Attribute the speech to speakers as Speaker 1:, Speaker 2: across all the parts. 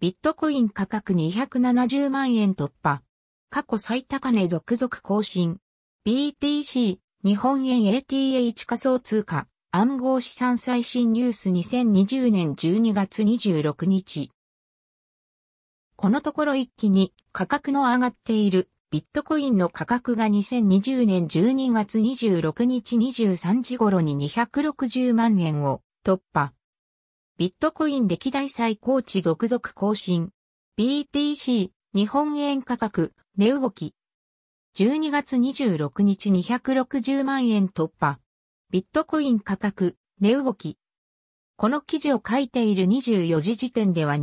Speaker 1: ビットコイン価格270万円突破。過去最高値続々更新。BTC、日本円 ATH 仮想通貨、暗号資産最新ニュース2020年12月26日。このところ一気に価格の上がっているビットコインの価格が2020年12月26日23時頃に260万円を突破。ビットコイン歴代最高値続々更新。BTC、日本円価格、値動き。12月26日260万円突破。ビットコイン価格、値動き。この記事を書いている24時時点では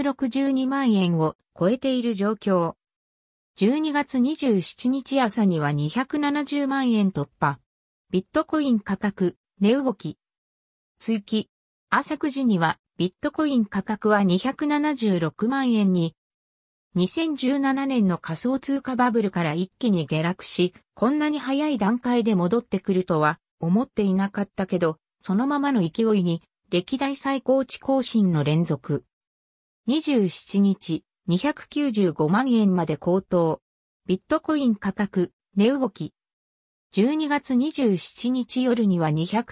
Speaker 1: 262万円を超えている状況。12月27日朝には270万円突破。ビットコイン価格、値動き。追記。朝9時にはビットコイン価格は276万円に。2017年の仮想通貨バブルから一気に下落し、こんなに早い段階で戻ってくるとは思っていなかったけど、そのままの勢いに歴代最高値更新の連続。27日、295万円まで高騰。ビットコイン価格、値動き。12月27日夜には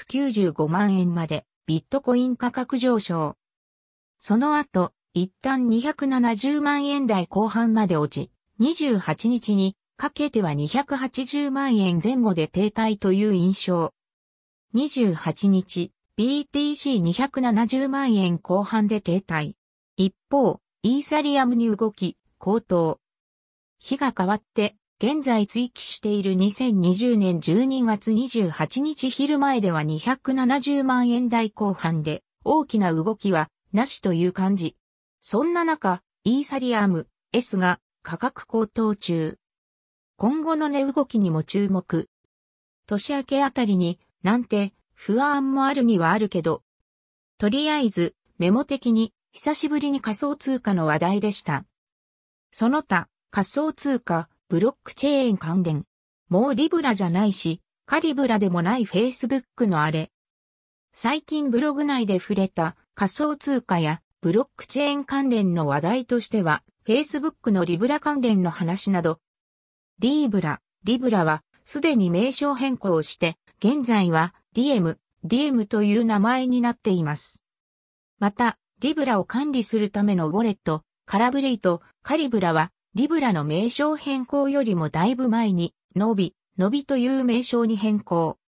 Speaker 1: 295万円までビットコイン価格上昇。その後、一旦270万円台後半まで落ち、28日にかけては280万円前後で停滞という印象。28日、BTC270 万円後半で停滞。一方、イーサリアムに動き、高騰。日が変わって、現在追記している2020年12月28日昼前では270万円台後半で、大きな動きはなしという感じ。そんな中、イーサリアム S が価格高騰中。今後の値動きにも注目。年明けあたりになんて不安もあるにはあるけど。とりあえずメモ的に久しぶりに仮想通貨の話題でした。その他仮想通貨ブロックチェーン関連。もうリブラじゃないしカリブラでもない Facebook のあれ。最近ブログ内で触れた仮想通貨やブロックチェーン関連の話題としては、Facebook のリブラ関連の話など、リブラはすでに名称変更して、現在はディエムという名前になっています。また、リブラを管理するためのウォレット、カラブレイト、カリブラは、リブラの名称変更よりもだいぶ前に、ノビという名称に変更。